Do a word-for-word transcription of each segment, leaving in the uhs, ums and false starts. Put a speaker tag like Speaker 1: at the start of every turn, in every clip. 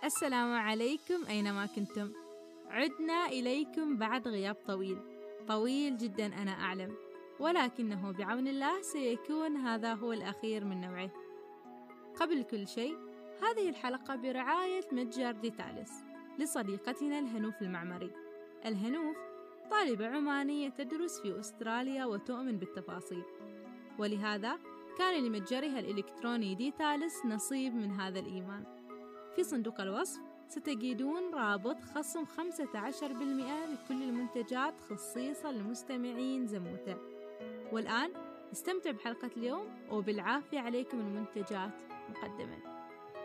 Speaker 1: السلام عليكم أينما كنتم. عدنا إليكم بعد غياب طويل طويل جدا أنا أعلم، ولكنه بعون الله سيكون هذا هو الأخير من نوعه. قبل كل شيء، هذه الحلقة برعاية متجر ديتالس لصديقتنا الهنوف المعمري. الهنوف طالبة عمانية تدرس في أستراليا وتؤمن بالتفاصيل، ولهذا كان لمتجرها الإلكتروني ديتالس نصيب من هذا الإيمان. في صندوق الوصف ستجدون رابط خصم خمسة عشر بالمئة لكل المنتجات خصيصا لمستمعين زموتة. والآن استمتع بحلقة اليوم، وبالعافية عليكم المنتجات مقدما.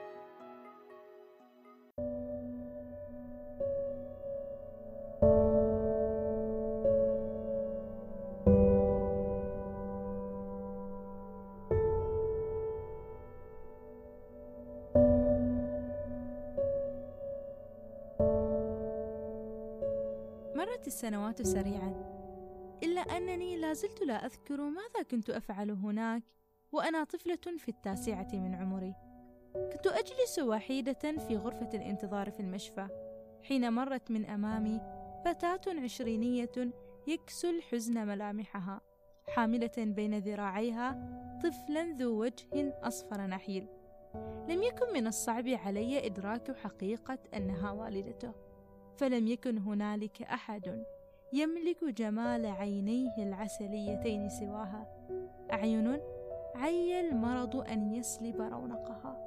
Speaker 1: مرت السنوات سريعاً، إلا أنني لا زلت لا أذكر ماذا كنت أفعل هناك وأنا طفلة في التاسعة من عمري. كنت أجلس وحيدة في غرفة الانتظار في المشفى، حين مرت من أمامي فتاة عشرينية يكسو الحزن ملامحها، حاملة بين ذراعيها طفلاً ذو وجه أصفر نحيل. لم يكن من الصعب علي إدراك حقيقة أنها والدته، فلم يكن هنالك أحد يملك جمال عينيه العسليتين سواها، أعين عي المرض أن يسلب رونقها.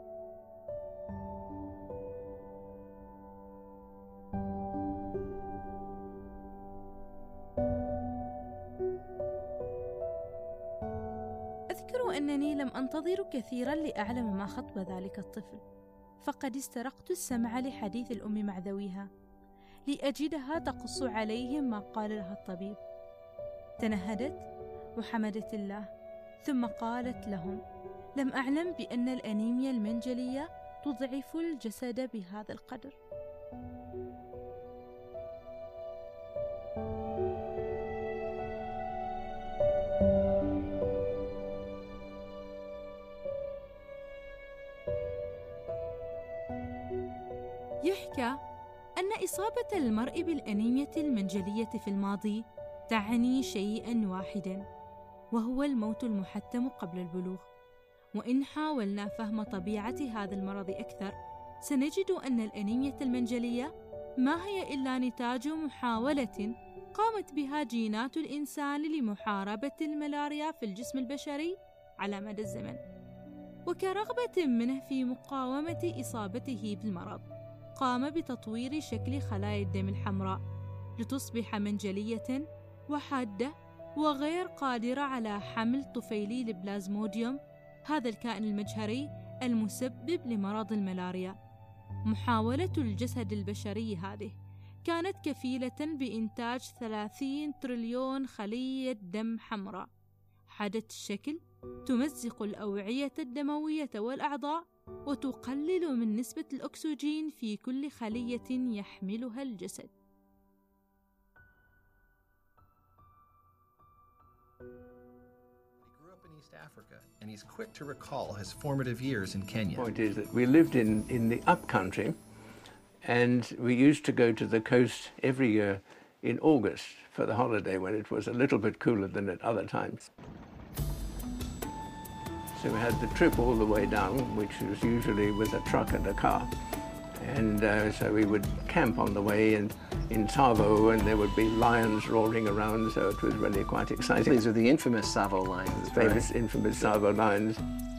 Speaker 1: أذكر أنني لم أنتظر كثيرا لأعلم ما خطب ذلك الطفل، فقد استرقت السمع لحديث الأم مع ذويها لأجدها تقص عليهم ما قال لها الطبيب. تنهدت وحمدت الله، ثم قالت لهم: لم أعلم بأن الأنيميا المنجلية تضعف الجسد بهذا القدر. يحكى أن إصابة المرء بالأنيميا المنجلية في الماضي تعني شيئاً واحداً، وهو الموت المحتم قبل البلوغ. وإن حاولنا فهم طبيعة هذا المرض أكثر، سنجد أن الأنيميا المنجلية ما هي إلا نتاج محاولة قامت بها جينات الإنسان لمحاربة الملاريا في الجسم البشري على مدى الزمن، وكرغبة منه في مقاومة إصابته بالمرض قام بتطوير شكل خلايا الدم الحمراء لتصبح منجلية وحادة وغير قادرة على حمل طفيلي البلازموديوم، هذا الكائن المجهري المسبب لمرض الملاريا. محاولة الجسد البشري هذه كانت كفيلة بإنتاج ثلاثين تريليون خلية دم حمراء حادة الشكل تمزق الأوعية الدموية والأعضاء، وتقلل من نسبة الأكسجين في كل خلية يحملها الجسد.
Speaker 2: He grew up in East Africa, and he's quick to recall his formative years in Kenya.
Speaker 3: The point is that we lived in, in the upcountry, and we used to go to the coast every year in August for the holiday, when it was a little bit cooler than at other times. So we had the trip all the way down, which was usually with a truck and a car. And uh, so we would camp on the way in, in Tsavo, and there would be lions roaring around, so it was really quite exciting.
Speaker 4: These are the infamous Tsavo lions,
Speaker 3: The famous,
Speaker 4: right?
Speaker 3: infamous Tsavo lions.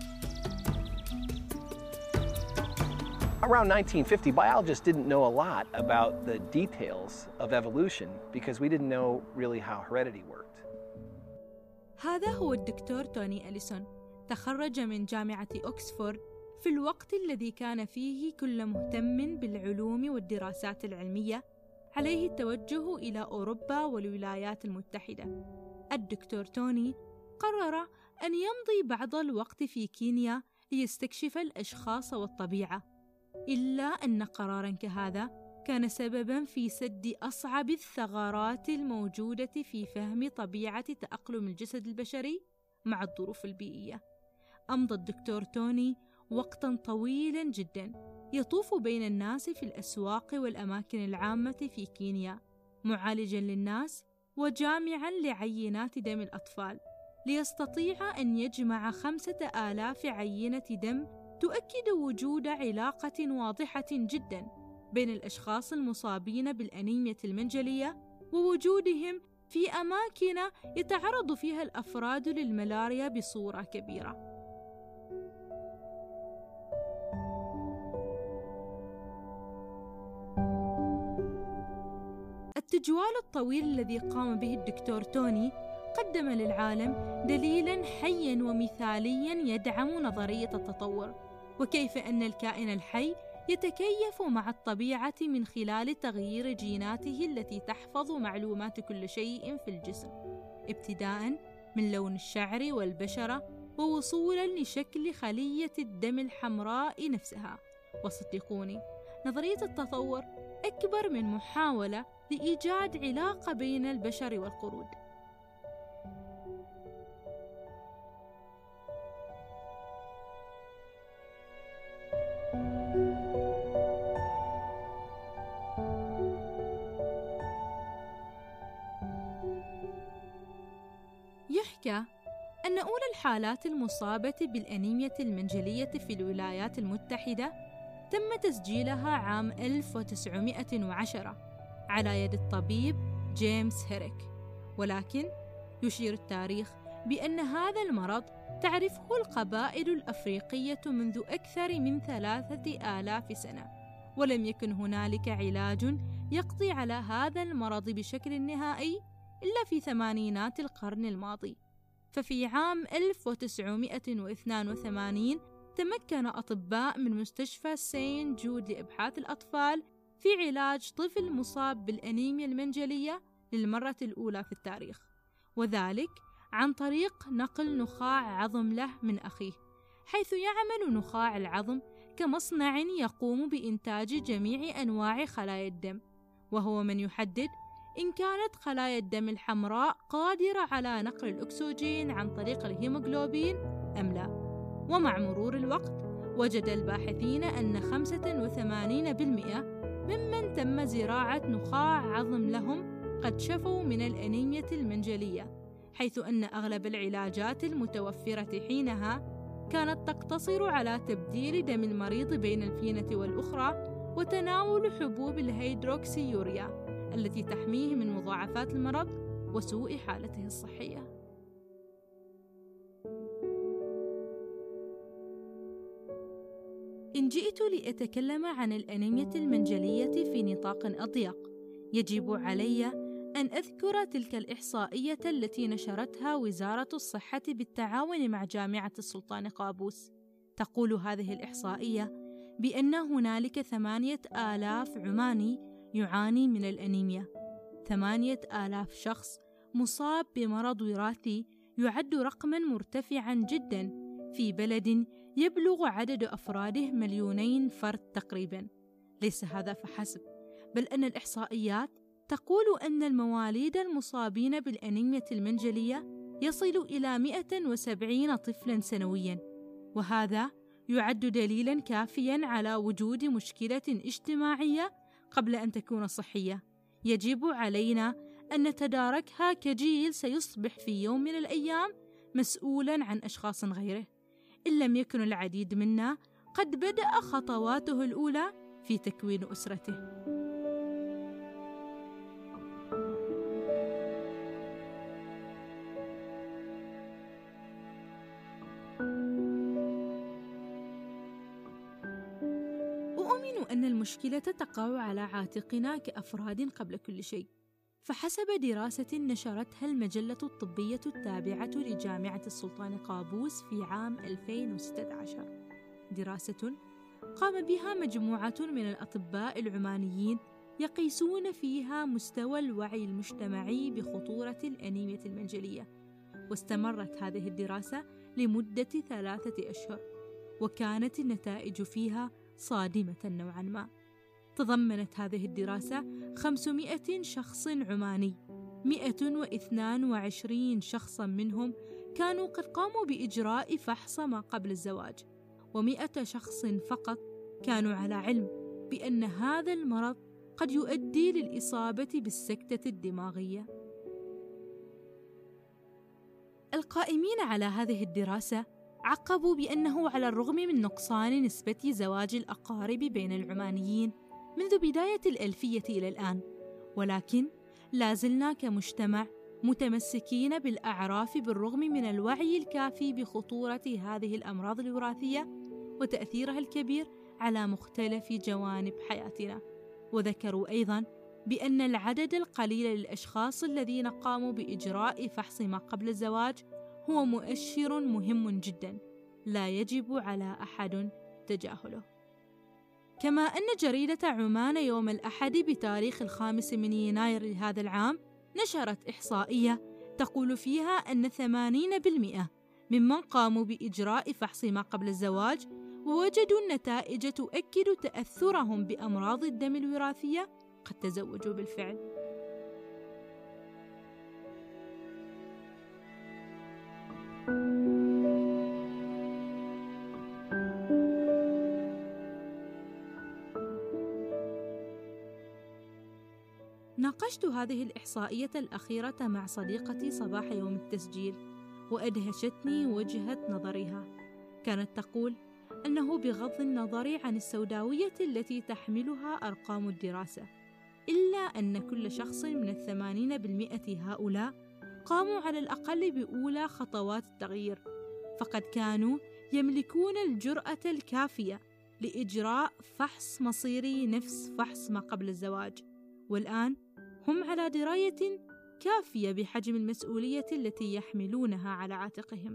Speaker 4: Around nineteen fifty, biologists didn't know a lot about the details of evolution because we didn't know really how heredity worked.
Speaker 1: هذا هو الدكتور توني أليسون، تخرج من جامعة أكسفورد في الوقت الذي كان فيه كل مهتم بالعلوم والدراسات العلمية عليه التوجه إلى أوروبا والولايات المتحدة. الدكتور توني قرر أن يمضي بعض الوقت في كينيا ليستكشف الأشخاص والطبيعة، إلا أن قراراً كهذا كان سبباً في سد أصعب الثغرات الموجودة في فهم طبيعة تأقلم الجسد البشري مع الظروف البيئية. أمضى الدكتور توني وقتاً طويلاً جداً يطوف بين الناس في الأسواق والأماكن العامة في كينيا معالجاً للناس وجامعاً لعينات دم الأطفال، ليستطيع أن يجمع خمسة آلاف عينة دم تؤكد وجود علاقة واضحة جداً بين الأشخاص المصابين بالأنيميا المنجلية ووجودهم في أماكن يتعرض فيها الأفراد للملاريا بصورة كبيرة. التجوال الطويل الذي قام به الدكتور توني قدم للعالم دليلاً حياً ومثالياً يدعم نظرية التطور، وكيف أن الكائن الحي يتكيف مع الطبيعة من خلال تغيير جيناته التي تحفظ معلومات كل شيء في الجسم، ابتداءً من لون الشعر والبشرة ووصولاً لشكل خلية الدم الحمراء نفسها. وصدقوني، نظرية التطور أكبر من محاولة لإيجاد علاقة بين البشر والقرود. يحكى أن أولى الحالات المصابة بالأنيميا المنجلية في الولايات المتحدة تم تسجيلها عام ألف وتسعمائة وعشرة على يد الطبيب جيمس هيريك، ولكن يشير التاريخ بأن هذا المرض تعرفه القبائل الأفريقية منذ أكثر من ثلاثة آلاف سنة، ولم يكن هنالك علاج يقضي على هذا المرض بشكل نهائي إلا في ثمانينات القرن الماضي. ففي عام ألف وتسعمائة واثنين وثمانين تمكن أطباء من مستشفى سين جود لإبحاث الأطفال في علاج طفل مصاب بالأنيميا المنجلية للمرة الأولى في التاريخ، وذلك عن طريق نقل نخاع عظم له من أخيه، حيث يعمل نخاع العظم كمصنع يقوم بإنتاج جميع أنواع خلايا الدم، وهو من يحدد إن كانت خلايا الدم الحمراء قادرة على نقل الأكسجين عن طريق الهيموغلوبين أم لا. ومع مرور الوقت وجد الباحثين أن خمسة وثمانين بالمئة ممن تم زراعة نخاع عظم لهم قد شفوا من الأنيميا المنجلية، حيث أن أغلب العلاجات المتوفرة حينها كانت تقتصر على تبديل دم المريض بين الفينة والأخرى وتناول حبوب الهيدروكسيوريا التي تحميه من مضاعفات المرض وسوء حالته الصحية. إن جئت لأتكلم عن الأنيميا المنجلية في نطاق أضيق، يجب علي أن أذكر تلك الإحصائية التي نشرتها وزارة الصحة بالتعاون مع جامعة السلطان قابوس. تقول هذه الإحصائية بأن هنالك ثمانية آلاف عماني يعاني من الأنيميا. ثمانية آلاف شخص مصاب بمرض وراثي يعد رقماً مرتفعاً جداً في بلد يبلغ عدد أفراده مليونين فرد تقريباً. ليس هذا فحسب، بل أن الإحصائيات تقول أن المواليد المصابين بالأنيميا المنجلية يصل إلى مئة وسبعين طفلاً سنوياً، وهذا يعد دليلاً كافياً على وجود مشكلة اجتماعية قبل أن تكون صحية، يجب علينا أن نتداركها كجيل سيصبح في يوم من الأيام مسؤولاً عن أشخاص غيره، إن لم يكن العديد منا قد بدأ خطواته الأولى في تكوين أسرته. أؤمن أن المشكلة تقع على عاتقنا كأفراد قبل كل شيء، فحسب دراسة نشرتها المجلة الطبية التابعة لجامعة السلطان قابوس في عام ألفين وستة عشر، دراسة قام بها مجموعة من الأطباء العمانيين يقيسون فيها مستوى الوعي المجتمعي بخطورة الأنيميا المنجلية، واستمرت هذه الدراسة لمدة ثلاثة أشهر، وكانت النتائج فيها صادمة نوعاً ما. تضمنت هذه الدراسة خمسمائة شخص عماني، مئة واثنان وعشرين شخصاً منهم كانوا قد قاموا بإجراء فحص ما قبل الزواج، ومئة شخص فقط كانوا على علم بأن هذا المرض قد يؤدي للإصابة بالسكتة الدماغية. القائمين على هذه الدراسة عقبوا بأنه على الرغم من نقصان نسبة زواج الأقارب بين العمانيين منذ بداية الألفية إلى الآن، ولكن لا زلنا كمجتمع متمسكين بالأعراف بالرغم من الوعي الكافي بخطورة هذه الأمراض الوراثية وتأثيرها الكبير على مختلف جوانب حياتنا. وذكروا أيضاً بأن العدد القليل للأشخاص الذين قاموا بإجراء فحص ما قبل الزواج هو مؤشر مهم جداً لا يجب على أحد تجاهله. كما أن جريدة عمان يوم الأحد بتاريخ الخامس من يناير لهذا العام نشرت إحصائية تقول فيها أن ثمانين بالمئة ممن قاموا بإجراء فحص ما قبل الزواج ووجدوا النتائج تؤكد تأثرهم بأمراض الدم الوراثية قد تزوجوا بالفعل. ناقشت هذه الإحصائية الأخيرة مع صديقتي صباح يوم التسجيل، وأدهشتني وجهة نظرها. كانت تقول أنه بغض النظر عن السوداوية التي تحملها أرقام الدراسة، إلا أن كل شخص من الثمانين بالمئة هؤلاء قاموا على الأقل بأولى خطوات التغيير، فقد كانوا يملكون الجرأة الكافية لإجراء فحص مصيري نفس فحص ما قبل الزواج، والآن هم على دراية كافية بحجم المسؤولية التي يحملونها على عاتقهم.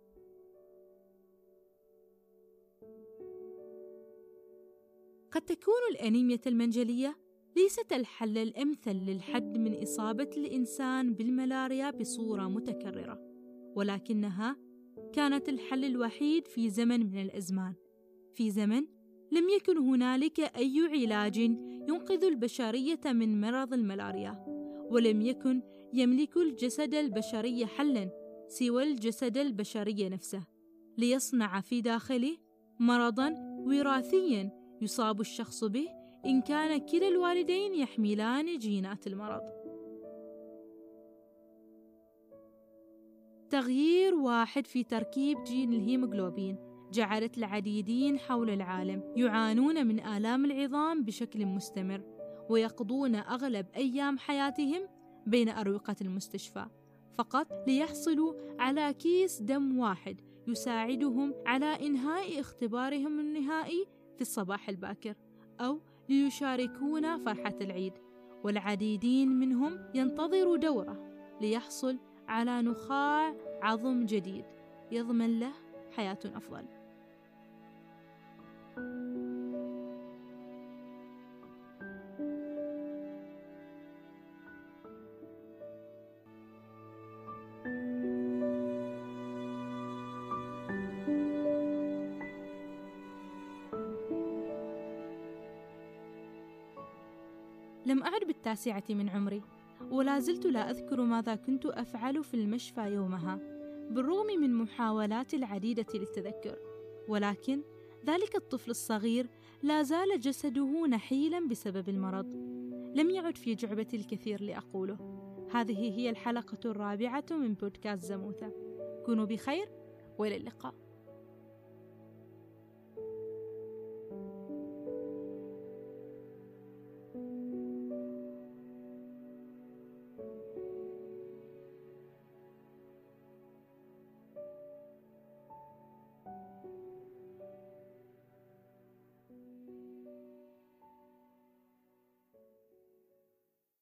Speaker 1: قد تكون الأنيميا المنجلية ليست الحل الأمثل للحد من إصابة الإنسان بالملاريا بصورة متكررة، ولكنها كانت الحل الوحيد في زمن من الأزمان، في زمن لم يكن هنالك أي علاج ينقذ البشرية من مرض الملاريا، ولم يكن يملك الجسد البشري حلاً سوى الجسد البشري نفسه ليصنع في داخله مرضاً وراثياً يصاب الشخص به إن كان كلا الوالدين يحملان جينات المرض. تغيير واحد في تركيب جين الهيموغلوبين جعلت العديدين حول العالم يعانون من آلام العظام بشكل مستمر، ويقضون أغلب أيام حياتهم بين أروقة المستشفى فقط ليحصلوا على كيس دم واحد يساعدهم على إنهاء اختبارهم النهائي في الصباح الباكر، أو ليشاركون فرحة العيد. والعديدين منهم ينتظر دوره ليحصل على نخاع عظم جديد يضمن له حياة أفضل. لم أعد بالتاسعة من عمري، ولا زلت لا أذكر ماذا كنت أفعل في المشفى يومها بالرغم من محاولات العديدة للتذكر، ولكن ذلك الطفل الصغير لا زال جسده نحيلاً بسبب المرض. لم يعد في جعبتي الكثير لأقوله. هذه هي الحلقة الرابعة من بودكاست زموثة. كونوا بخير وإلى اللقاء.